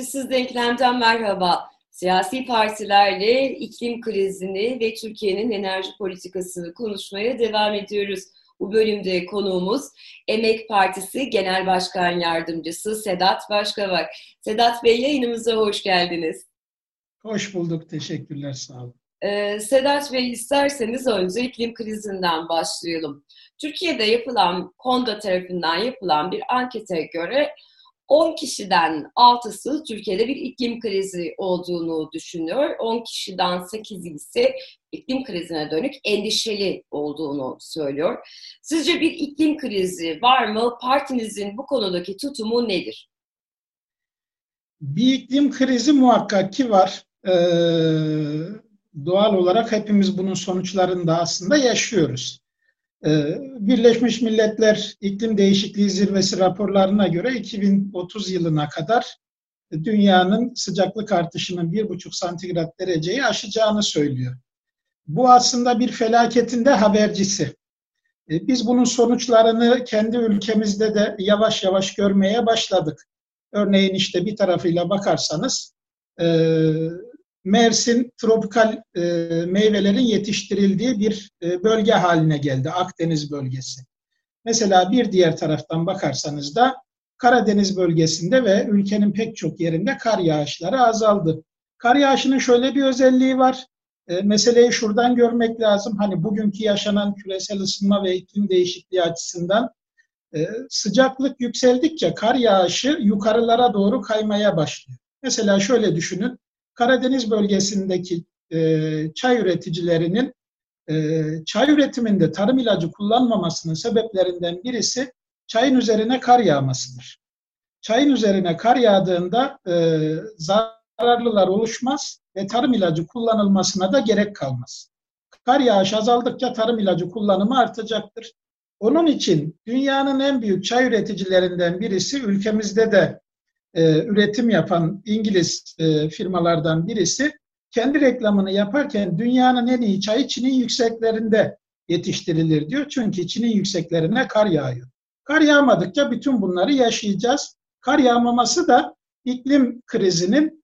Sessiz Denklem'den merhaba. Siyasi partilerle iklim krizini ve Türkiye'nin enerji politikasını konuşmaya devam ediyoruz. Bu bölümde konuğumuz Emek Partisi Genel Başkan Yardımcısı Sedat Başkavak. Sedat Bey, yayınımıza hoş geldiniz. Hoş bulduk, teşekkürler, sağ olun. Sedat Bey, isterseniz önce iklim krizinden başlayalım. Türkiye'de yapılan, KONDA tarafından yapılan bir ankete göre 10 kişiden 6'sı Türkiye'de bir iklim krizi olduğunu düşünüyor. 10 kişiden 8'i ise iklim krizine dönük endişeli olduğunu söylüyor. Sizce bir iklim krizi var mı? Partinizin bu konudaki tutumu nedir? Bir iklim krizi muhakkak ki var. Doğal olarak hepimiz bunun sonuçlarını da aslında yaşıyoruz. Birleşmiş Milletler İklim Değişikliği Zirvesi raporlarına göre 2030 yılına kadar dünyanın sıcaklık artışının 1,5 santigrat dereceyi aşacağını söylüyor. Bu aslında bir felaketin de habercisi. Biz bunun sonuçlarını kendi ülkemizde de yavaş yavaş görmeye başladık. Örneğin işte bir tarafıyla bakarsanız Mersin tropikal meyvelerin yetiştirildiği bir bölge haline geldi, Akdeniz bölgesi. Mesela bir diğer taraftan bakarsanız da Karadeniz bölgesinde ve ülkenin pek çok yerinde kar yağışları azaldı. Kar yağışının şöyle bir özelliği var. Meseleyi şuradan görmek lazım. Hani bugünkü yaşanan küresel ısınma ve iklim değişikliği açısından sıcaklık yükseldikçe kar yağışı yukarılara doğru kaymaya başlıyor. Mesela şöyle düşünün. Karadeniz bölgesindeki çay üreticilerinin çay üretiminde tarım ilacı kullanmamasının sebeplerinden birisi çayın üzerine kar yağmasıdır. Çayın üzerine kar yağdığında zararlılar oluşmaz ve tarım ilacı kullanılmasına da gerek kalmaz. Kar yağışı azaldıkça tarım ilacı kullanımı artacaktır. Onun için dünyanın en büyük çay üreticilerinden birisi, ülkemizde de üretim yapan İngiliz firmalardan birisi, kendi reklamını yaparken dünyanın en iyi çayı Çin'in yükseklerinde yetiştirilir diyor. Çünkü Çin'in yükseklerine kar yağıyor. Kar yağmadıkça bütün bunları yaşayacağız. Kar yağmaması da iklim krizinin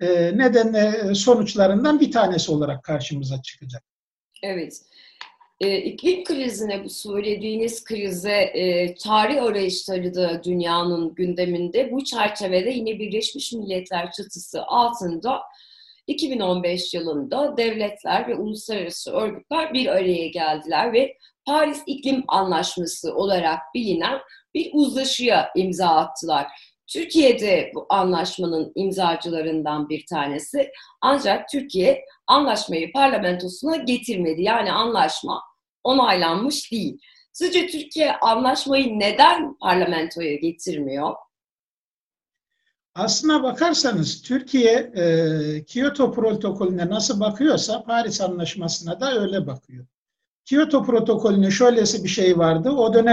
sonuçlarından bir tanesi olarak karşımıza çıkacak. Evet. İklim krizine, bu söylediğiniz krize tarih arayışları da dünyanın gündeminde. Bu çerçevede yine Birleşmiş Milletler çatısı altında 2015 yılında devletler ve uluslararası örgütler bir araya geldiler ve Paris İklim Anlaşması olarak bilinen bir uzlaşıya imza attılar. Türkiye'de bu anlaşmanın imzacılarından bir tanesi, ancak Türkiye anlaşmayı parlamentosuna getirmedi. Yani anlaşma onaylanmış değil. Sizce Türkiye anlaşmayı neden parlamentoya getirmiyor? Aslına bakarsanız Türkiye Kyoto protokolüne nasıl bakıyorsa Paris Anlaşması'na da öyle bakıyor. Kyoto protokolünün şöylesi bir şey vardı.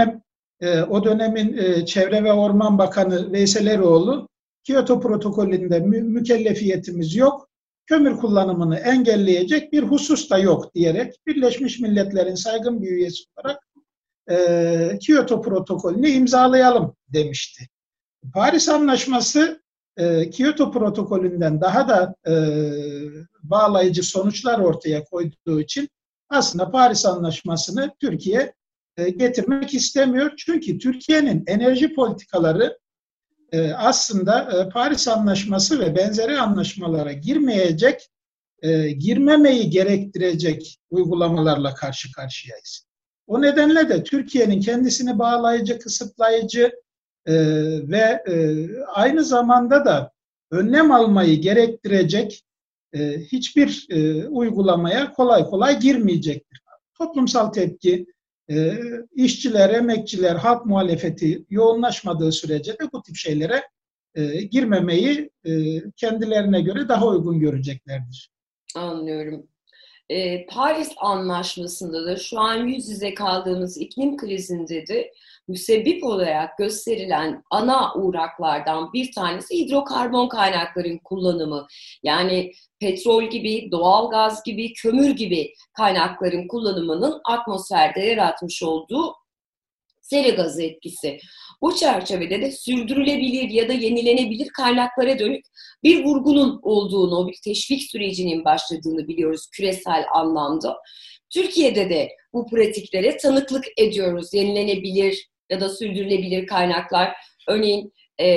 O dönemin Çevre ve Orman Bakanı Veysel Eroğlu, Kyoto protokolünde mükellefiyetimiz yok, kömür kullanımını engelleyecek bir husus da yok diyerek Birleşmiş Milletler'in saygın bir üyesi olarak Kyoto protokolünü imzalayalım demişti. Paris Anlaşması Kyoto protokolünden daha da bağlayıcı sonuçlar ortaya koyduğu için aslında Paris Anlaşması'nı Türkiye getirmek istemiyor. Çünkü Türkiye'nin enerji politikaları aslında Paris Anlaşması ve benzeri anlaşmalara girmemeyi gerektirecek uygulamalarla karşı karşıyayız. O nedenle de Türkiye'nin kendisini bağlayıcı, kısıtlayıcı ve aynı zamanda da önlem almayı gerektirecek hiçbir uygulamaya kolay kolay girmeyecektir. Toplumsal tepki, işçiler, emekçiler, halk muhalefeti yoğunlaşmadığı sürece de bu tip şeylere girmemeyi kendilerine göre daha uygun göreceklerdir. Anlıyorum. Paris Anlaşması'nda da şu an yüz yüze kaldığımız iklim krizinde de müsebbip olarak gösterilen ana uğraklardan bir tanesi hidrokarbon kaynakların kullanımı. Yani petrol gibi, doğalgaz gibi, kömür gibi kaynakların kullanımının atmosferde yaratmış olduğu sera gazı etkisi. Bu çerçevede de sürdürülebilir ya da yenilenebilir kaynaklara dönük bir vurgunun olduğunu, bir teşvik sürecinin başladığını biliyoruz küresel anlamda. Türkiye'de de bu pratiklere tanıklık ediyoruz. Yenilenebilir ya da sürdürülebilir kaynaklar, örneğin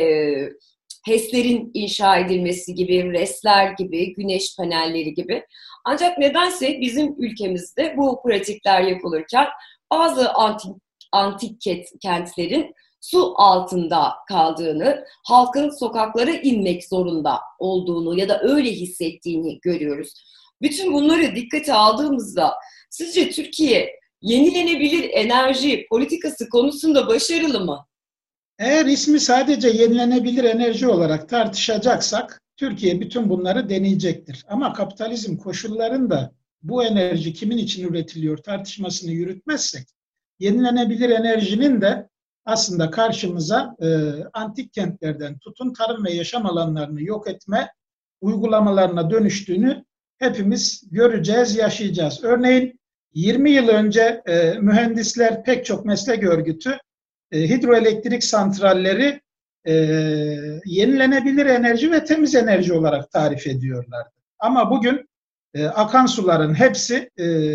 HES'lerin inşa edilmesi gibi, RES'ler gibi, güneş panelleri gibi. Ancak nedense bizim ülkemizde bu pratikler yapılırken bazı antik kentlerin su altında kaldığını, halkın sokaklara inmek zorunda olduğunu ya da öyle hissettiğini görüyoruz. Bütün bunları dikkate aldığımızda sizce Türkiye yenilenebilir enerji politikası konusunda başarılı mı? Eğer ismi sadece yenilenebilir enerji olarak tartışacaksak, Türkiye bütün bunları deneyecektir. Ama kapitalizm koşullarında bu enerji kimin için üretiliyor tartışmasını yürütmezsek, yenilenebilir enerjinin de aslında karşımıza antik kentlerden tutun tarım ve yaşam alanlarını yok etme uygulamalarına dönüştüğünü hepimiz göreceğiz, yaşayacağız. Örneğin 20 yıl önce mühendisler, pek çok meslek örgütü hidroelektrik santralleri yenilenebilir enerji ve temiz enerji olarak tarif ediyorlardı. Ama bugün akan suların hepsi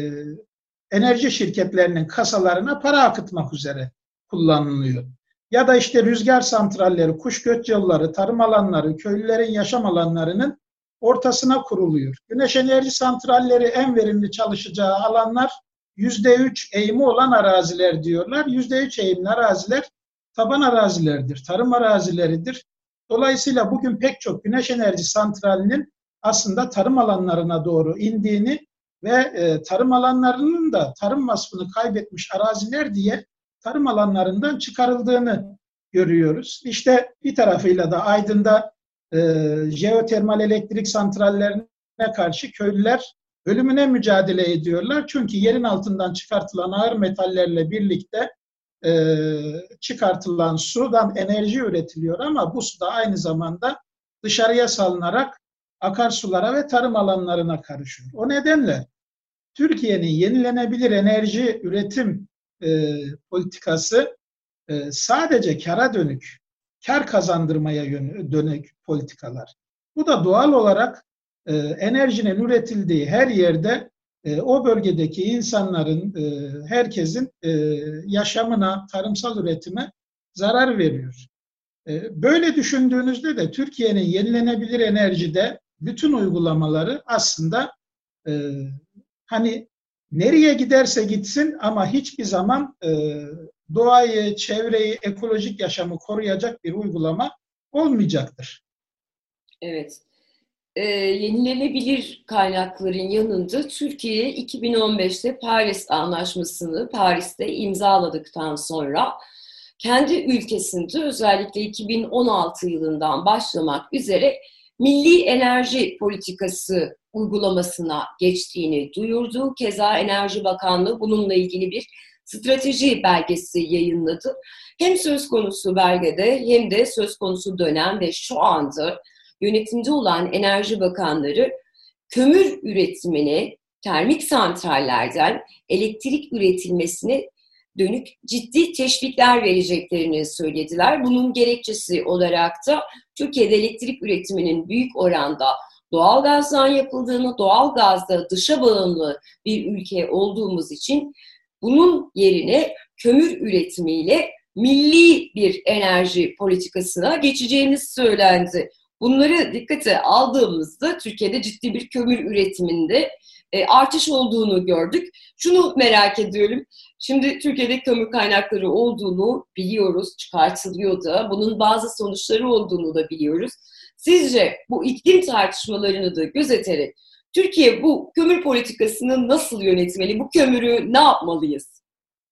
enerji şirketlerinin kasalarına para akıtmak üzere kullanılıyor. Ya da işte rüzgar santralleri, kuş göç yolları, tarım alanları, köylülerin yaşam alanlarının ortasına kuruluyor. Güneş enerji santralleri en verimli çalışacağı alanlar %3 eğimi olan araziler diyorlar. %3 eğimli araziler taban arazilerdir, tarım arazileridir. Dolayısıyla bugün pek çok güneş enerji santralinin aslında tarım alanlarına doğru indiğini ve tarım alanlarının da tarım vasfını kaybetmiş araziler diye tarım alanlarından çıkarıldığını görüyoruz. İşte bir tarafıyla da Aydın'da jeotermal elektrik santrallerine karşı köylüler ölümüne mücadele ediyorlar. Çünkü yerin altından çıkartılan ağır metallerle birlikte çıkartılan sudan enerji üretiliyor ama bu su da aynı zamanda dışarıya salınarak akarsulara ve tarım alanlarına karışıyor. O nedenle Türkiye'nin yenilenebilir enerji üretim politikası sadece kara dönük, kar kazandırmaya dönük politikalar. Bu da doğal olarak enerjinin üretildiği her yerde o bölgedeki insanların, herkesin yaşamına, tarımsal üretime zarar veriyor. Böyle düşündüğünüzde de Türkiye'nin yenilenebilir enerjide bütün uygulamaları aslında hani nereye giderse gitsin ama hiçbir zaman doğayı, çevreyi, ekolojik yaşamı koruyacak bir uygulama olmayacaktır. Evet. Yenilenebilir kaynakların yanında Türkiye 2015'te Paris Anlaşması'nı Paris'te imzaladıktan sonra kendi ülkesinde özellikle 2016 yılından başlamak üzere milli enerji politikası uygulamasına geçtiğini duyurdu. Keza Enerji Bakanlığı bununla ilgili bir strateji belgesi yayınladı. Hem söz konusu belgede hem de söz konusu dönem ve şu anda yönetimde olan enerji bakanları kömür üretimine, termik santrallerden elektrik üretilmesine dönük ciddi teşvikler vereceklerini söylediler. Bunun gerekçesi olarak da Türkiye'de elektrik üretiminin büyük oranda doğal gazdan yapıldığını, doğal gazda dışa bağımlı bir ülke olduğumuz için bunun yerine kömür üretimiyle milli bir enerji politikasına geçeceğimiz söylendi. Bunları dikkate aldığımızda Türkiye'de ciddi bir kömür üretiminde artış olduğunu gördük. Şunu merak ediyorum. Şimdi Türkiye'de kömür kaynakları olduğunu biliyoruz, çıkartılıyor da. Bunun bazı sonuçları olduğunu da biliyoruz. Sizce bu iklim tartışmalarını da gözeterek Türkiye bu kömür politikasını nasıl yönetmeli? Bu kömürü ne yapmalıyız?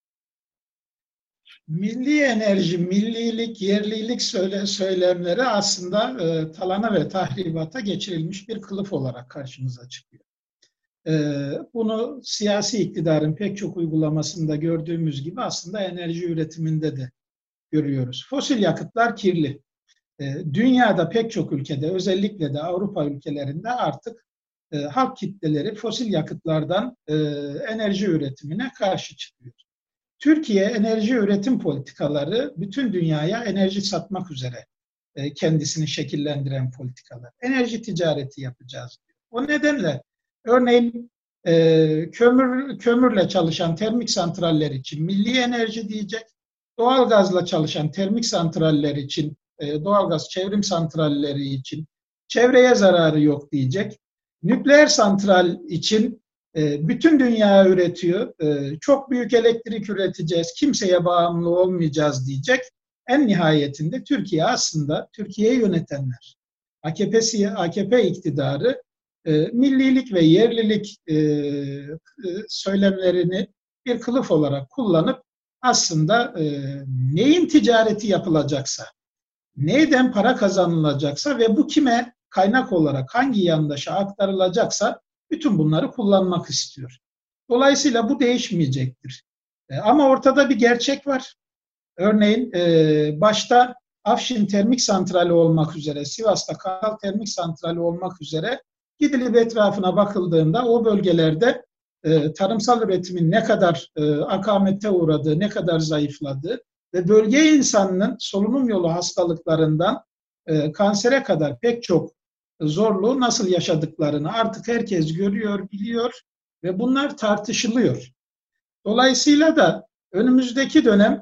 Milli enerji, millilik, yerlilik söylemleri aslında talana ve tahribata geçirilmiş bir kılıf olarak karşımıza çıkıyor. Bunu siyasi iktidarın pek çok uygulamasında gördüğümüz gibi aslında enerji üretiminde de görüyoruz. Fosil yakıtlar kirli. Dünyada pek çok ülkede, özellikle de Avrupa ülkelerinde artık halk kitleleri fosil yakıtlardan enerji üretimine karşı çıkıyor. Türkiye enerji üretim politikaları bütün dünyaya enerji satmak üzere kendisini şekillendiren politikalar. Enerji ticareti yapacağız diyor. O nedenle örneğin kömürle çalışan termik santraller için milli enerji diyecek, doğalgazla çalışan termik santraller için, doğalgaz çevrim santralleri için çevreye zararı yok diyecek. Nükleer santral için bütün dünya üretiyor, çok büyük elektrik üreteceğiz, kimseye bağımlı olmayacağız diyecek. En nihayetinde Türkiye aslında, Türkiye'yi yönetenler, AKP iktidarı millilik ve yerlilik söylemlerini bir kılıf olarak kullanıp aslında neyin ticareti yapılacaksa, neyden para kazanılacaksa ve bu kime kaynak olarak hangi yandaşa aktarılacaksa bütün bunları kullanmak istiyor. Dolayısıyla bu değişmeyecektir. Ama ortada bir gerçek var. Örneğin başta Afşin Termik Santrali olmak üzere, Sivas'ta Karal Termik Santrali olmak üzere gidilip etrafına bakıldığında o bölgelerde tarımsal üretimin ne kadar akamete uğradığı, ne kadar zayıfladığı ve bölge insanının solunum yolu hastalıklarından kansere kadar pek çok zorluğu nasıl yaşadıklarını artık herkes görüyor, biliyor ve bunlar tartışılıyor. Dolayısıyla da önümüzdeki dönem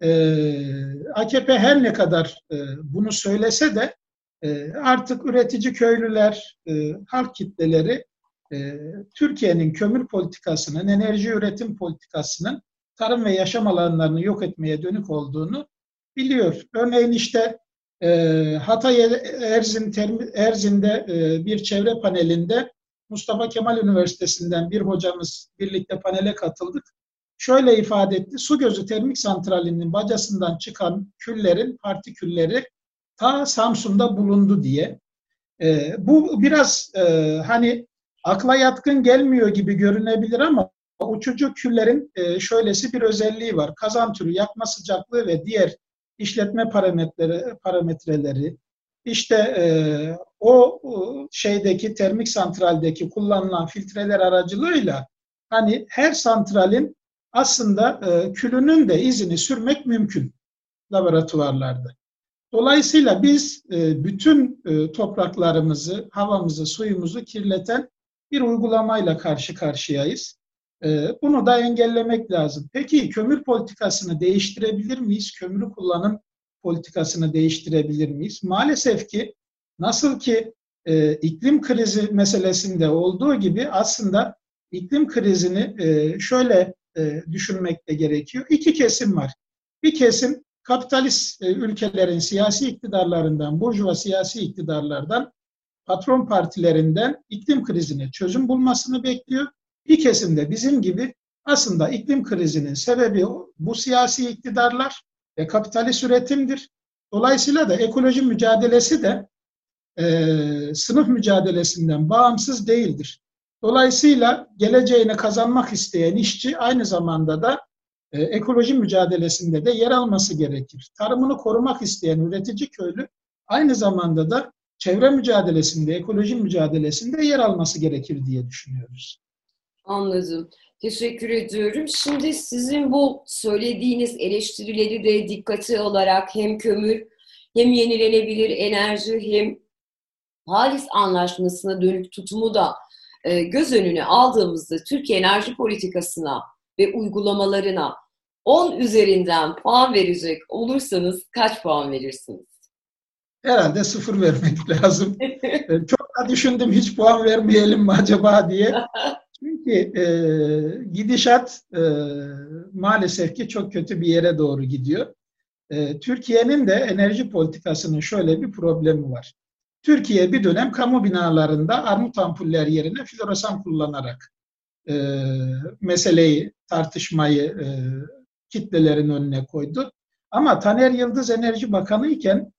AKP her ne kadar bunu söylese de artık üretici köylüler, halk kitleleri Türkiye'nin kömür politikasının, enerji üretim politikasının tarım ve yaşam alanlarını yok etmeye dönük olduğunu biliyor. Örneğin işte Hatay Erzin'de bir çevre panelinde Mustafa Kemal Üniversitesi'nden bir hocamız birlikte panele katıldık. Şöyle ifade etti, Sugözü Termik Santrali'nin bacasından çıkan küllerin partikülleri ta Samsun'da bulundu diye. Bu biraz hani akla yatkın gelmiyor gibi görünebilir ama uçucu küllerin şöylesi bir özelliği var. Kazan türü, yakma sıcaklığı ve diğer işletme parametreleri işte o şeydeki termik santraldeki kullanılan filtreler aracılığıyla hani her santralin aslında külünün de izini sürmek mümkün laboratuvarlarda. Dolayısıyla biz bütün topraklarımızı, havamızı, suyumuzu kirleten bir uygulamayla karşı karşıyayız. Bunu da engellemek lazım. Peki kömür politikasını değiştirebilir miyiz? Kömürü kullanım politikasını değiştirebilir miyiz? Maalesef ki nasıl ki iklim krizi meselesinde olduğu gibi aslında iklim krizini şöyle düşünmek de gerekiyor. İki kesim var. Bir kesim kapitalist ülkelerin siyasi iktidarlarından, burjuva siyasi iktidarlardan, patron partilerinden iklim krizine çözüm bulmasını bekliyor. Bir kesim de bizim gibi aslında iklim krizinin sebebi bu siyasi iktidarlar ve kapitalist üretimdir. Dolayısıyla da ekoloji mücadelesi de sınıf mücadelesinden bağımsız değildir. Dolayısıyla geleceğini kazanmak isteyen işçi aynı zamanda da ekoloji mücadelesinde de yer alması gerekir. Tarımını korumak isteyen üretici köylü aynı zamanda da çevre mücadelesinde, ekoloji mücadelesinde yer alması gerekir diye düşünüyoruz. Anladım. Teşekkür ediyorum. Şimdi sizin bu söylediğiniz eleştirileri de dikkate alarak hem kömür hem yenilenebilir enerji hem Paris Anlaşması'na dönük tutumu da göz önüne aldığımızda Türkiye enerji politikasına ve uygulamalarına 10 üzerinden puan verecek olursanız kaç puan verirsiniz? Herhalde 0 vermek lazım. Çok da düşündüm hiç puan vermeyelim mi acaba diye. Çünkü gidişat maalesef ki çok kötü bir yere doğru gidiyor. Türkiye'nin de enerji politikasının şöyle bir problemi var. Türkiye bir dönem kamu binalarında armut ampuller yerine floresan kullanarak meseleyi, tartışmayı kitlelerin önüne koydu. Ama Taner Yıldız Enerji Bakanı iken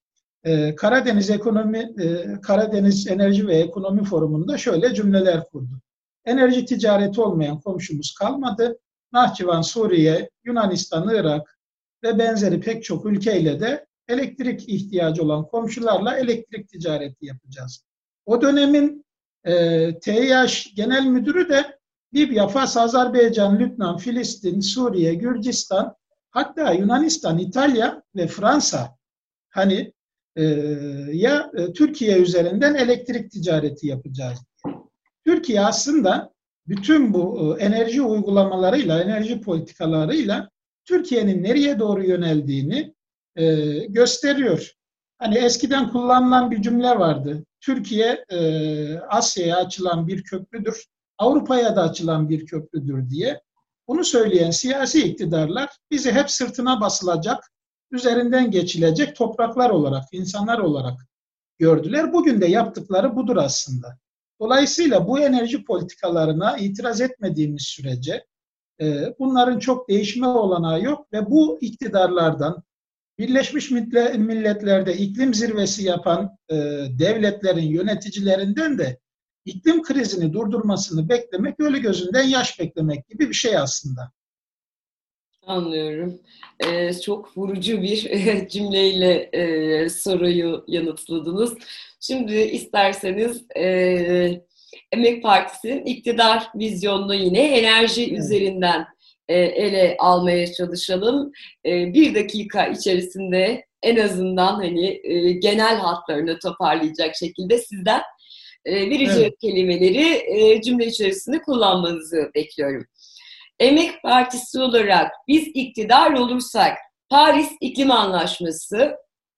Karadeniz Enerji ve Ekonomi Forumu'nda şöyle cümleler kurdu. Enerji ticareti olmayan komşumuz kalmadı. Nahçıvan, Suriye, Yunanistan, Irak ve benzeri pek çok ülkeyle de elektrik ihtiyacı olan komşularla elektrik ticareti yapacağız. O dönemin TİH Genel Müdürü de Libya, Fas, Azerbaycan, Lübnan, Filistin, Suriye, Gürcistan, hatta Yunanistan, İtalya ve Fransa hani e, Türkiye üzerinden elektrik ticareti yapacağız. Türkiye aslında bütün bu enerji uygulamalarıyla, enerji politikalarıyla Türkiye'nin nereye doğru yöneldiğini gösteriyor. Hani eskiden kullanılan bir cümle vardı. Türkiye Asya'ya açılan bir köprüdür, Avrupa'ya da açılan bir köprüdür diye. Bunu söyleyen siyasi iktidarlar bizi hep sırtına basılacak, üzerinden geçilecek topraklar olarak, insanlar olarak gördüler. Bugün de yaptıkları budur aslında. Dolayısıyla bu enerji politikalarına itiraz etmediğimiz sürece bunların çok değişme olanağı yok ve bu iktidarlardan Birleşmiş Milletler'de iklim zirvesi yapan devletlerin yöneticilerinden de iklim krizini durdurmasını beklemek öyle gözünden yaş beklemek gibi bir şey aslında. Anlıyorum. Çok vurucu bir cümleyle soruyu yanıtladınız. Şimdi isterseniz Emek Partisi'nin iktidar vizyonunu yine enerji üzerinden ele almaya çalışalım. Bir dakika içerisinde en azından hani genel hatlarını toparlayacak şekilde sizden vereceğim kelimeleri cümle içerisinde kullanmanızı bekliyorum. Emek Partisi olarak biz iktidar olursak Paris İklim Anlaşması.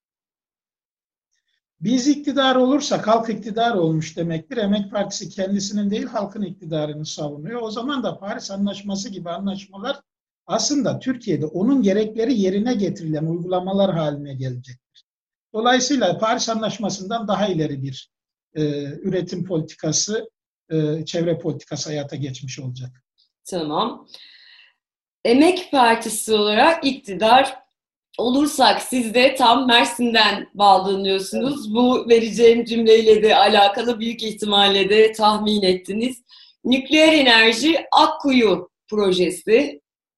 Biz iktidar olursak halk iktidar olmuş demektir. Emek Partisi kendisinin değil halkın iktidarını savunuyor. O zaman da Paris Anlaşması gibi anlaşmalar aslında Türkiye'de onun gerekleri yerine getirilen uygulamalar haline gelecektir. Dolayısıyla Paris Anlaşması'ndan daha ileri bir üretim politikası, çevre politikası hayata geçmiş olacak. Tamam. Emek Partisi olarak iktidar olursak siz de tam Mersin'den bağlanıyorsunuz. Evet. Bu vereceğim cümleyle de alakalı büyük ihtimalle de tahmin ettiniz. Nükleer enerji Akkuyu projesi.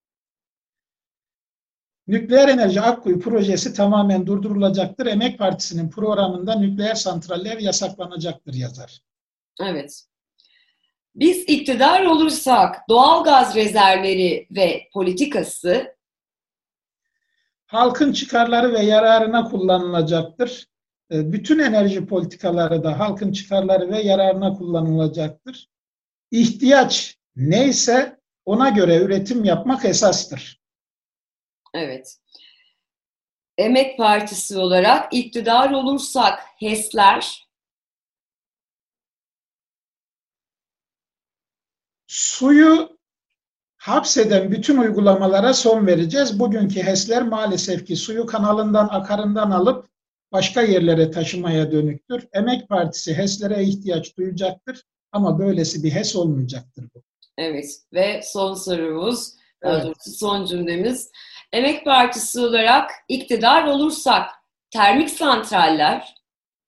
Nükleer enerji Akkuyu projesi tamamen durdurulacaktır. Emek Partisi'nin programında nükleer santraller yasaklanacaktır yazar. Evet. Biz iktidar olursak doğal gaz rezervleri ve politikası halkın çıkarları ve yararına kullanılacaktır. Bütün enerji politikaları da halkın çıkarları ve yararına kullanılacaktır. İhtiyaç neyse ona göre üretim yapmak esastır. Evet. Emek Partisi olarak iktidar olursak HES'ler suyu hapseden bütün uygulamalara son vereceğiz. Bugünkü HES'ler maalesef ki suyu kanalından, akarından alıp başka yerlere taşımaya dönüktür. Emek Partisi HES'lere ihtiyaç duyacaktır ama böylesi bir HES olmayacaktır bu. Evet ve son sorumuz, daha doğrusu son cümlemiz. Emek Partisi olarak iktidar olursak termik santraller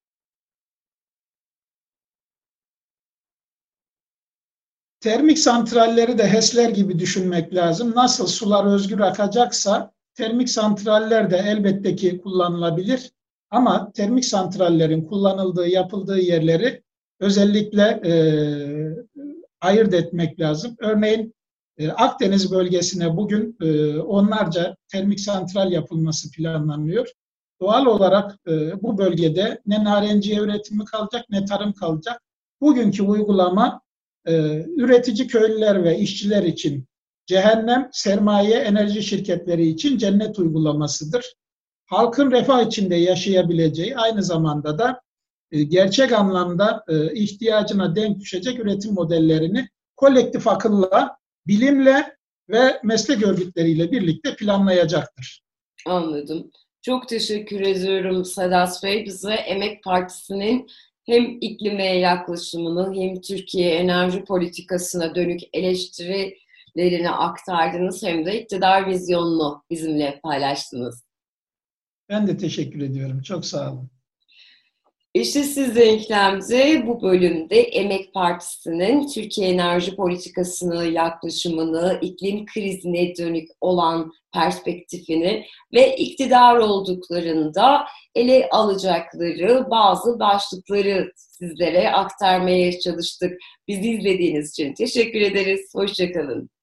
termik santralleri de HES'ler gibi düşünmek lazım. Nasıl sular özgür akacaksa termik santraller de elbette ki kullanılabilir. Ama termik santrallerin kullanıldığı, yapıldığı yerleri özellikle ayırt etmek lazım. Örneğin Akdeniz bölgesine bugün onlarca termik santral yapılması planlanıyor. Doğal olarak bu bölgede ne narenciye üretimi kalacak ne tarım kalacak. Bugünkü uygulama üretici köylüler ve işçiler için cehennem, sermaye, enerji şirketleri için cennet uygulamasıdır. Halkın refah içinde yaşayabileceği, aynı zamanda da gerçek anlamda ihtiyacına denk düşecek üretim modellerini kolektif akılla, bilimle ve meslek örgütleriyle birlikte planlayacaktır. Anladım. Çok teşekkür ediyorum Sedat Bey. Bize Emek Partisi'nin hem iklime yaklaşımını hem Türkiye enerji politikasına dönük eleştirilerini aktardınız hem de iktidar vizyonunu bizimle paylaştınız. Ben de teşekkür ediyorum. Çok sağ olun. Eşitsiz denklemde bu bölümde Emek Partisi'nin Türkiye enerji politikasını, yaklaşımını, iklim krizine dönük olan perspektifini ve iktidar olduklarında ele alacakları bazı başlıkları sizlere aktarmaya çalıştık. Bizi izlediğiniz için teşekkür ederiz. Hoşça kalın.